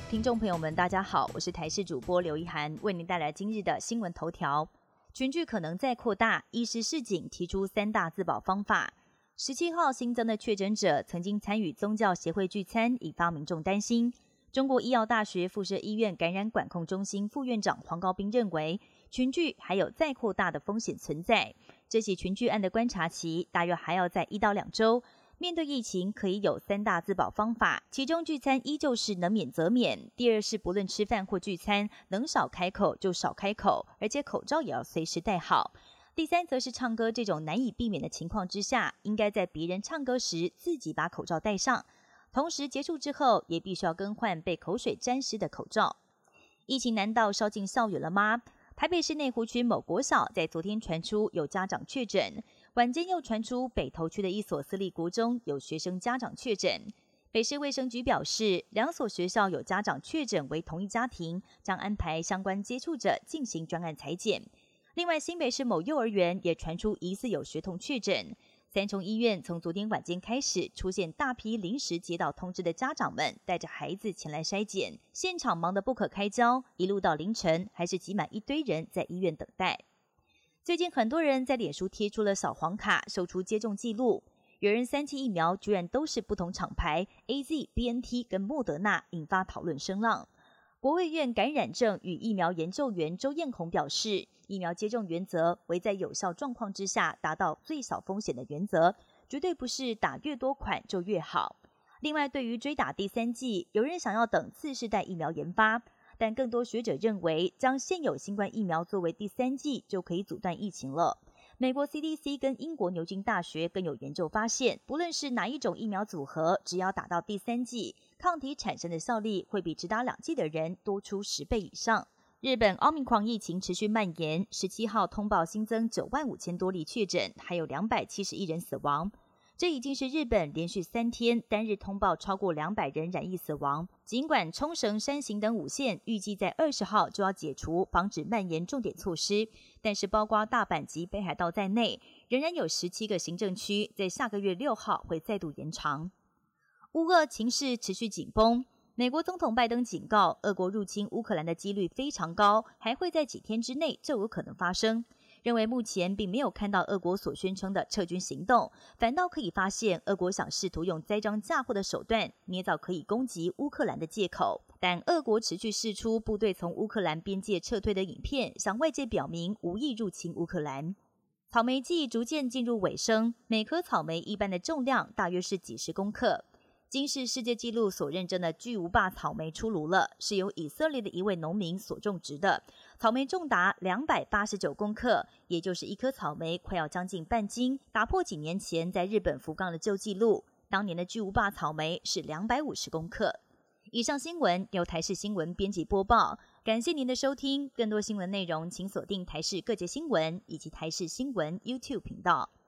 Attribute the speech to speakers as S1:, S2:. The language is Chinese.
S1: 听众朋友们，大家好，我是台视主播刘一涵，为您带来今日的新闻头条。群聚可能再扩大，医师示警提出3大自保方法。17号新增的确诊者曾经参与宗教协会聚餐，引发民众担心。中国医药大学附设医院感染管控中心副院长黄高斌认为，群聚还有再扩大的风险存在。这起群聚案的观察期大约还要在1到2周。面对疫情，可以有3大自保方法，其中聚餐依旧是能免则免。第二是不论吃饭或聚餐，能少开口就少开口，而且口罩也要随时戴好。第三则是唱歌，这种难以避免的情况之下，应该在别人唱歌时自己把口罩戴上，同时结束之后也必须要更换被口水沾湿的口罩。疫情难道烧进校园了吗？台北市内湖区某国小在昨天传出有家长确诊，晚间又传出北投区的一所私立国中有学生家长确诊。北市卫生局表示，2所学校有家长确诊为同一家庭，将安排相关接触者进行专案采检。另外，新北市某幼儿园也传出疑似有学童确诊。三重医院从昨天晚间开始出现大批临时接到通知的家长们带着孩子前来筛检，现场忙得不可开交，一路到凌晨还是挤满一堆人在医院等待。最近很多人在脸书贴出了小黄卡，秀出接种记录，有人3剂疫苗居然都是不同厂牌 AZ、BNT 跟莫德纳，引发讨论声浪。国卫院感染症与疫苗研究员周彦宏表示，疫苗接种原则为在有效状况之下达到最小风险的原则，绝对不是打越多款就越好。另外，对于追打第3剂，有人想要等次世代疫苗研发，但更多学者认为，将现有新冠疫苗作为第3剂就可以阻断疫情了。美国 CDC 跟英国牛津大学更有研究发现，不论是哪一种疫苗组合，只要打到第3剂，抗体产生的效力会比只打2剂的人多出10倍以上。日本奥密克戎疫情持续蔓延，17号通报新增95000多例确诊，还有271人死亡。这已经是日本连续3天单日通报超过200人染疫死亡。尽管冲绳、山形等5县预计在20号就要解除防止蔓延重点措施，但是包括大阪及北海道在内，仍然有17个行政区在下个月6号会再度延长。乌俄情势持续紧绷，美国总统拜登警告，俄国入侵乌克兰的几率非常高，还会在几天之内就有可能发生。认为目前并没有看到俄国所宣称的撤军行动，反倒可以发现俄国想试图用栽赃嫁祸的手段捏造可以攻击乌克兰的借口。但俄国持续释出部队从乌克兰边界撤退的影片，向外界表明无意入侵乌克兰。草莓季逐渐进入尾声，每颗草莓一般的重量大约是几十公克。金氏世界纪录所认证的巨无霸草莓出炉了，是由以色列的一位农民所种植的，草莓重达289公克，也就是一颗草莓快要将近半斤，打破几年前在日本福冈的旧纪录。当年的巨无霸草莓是250公克。以上新闻由台视新闻编辑播报，感谢您的收听。更多新闻内容请锁定台视各界新闻以及台视新闻 YouTube 频道。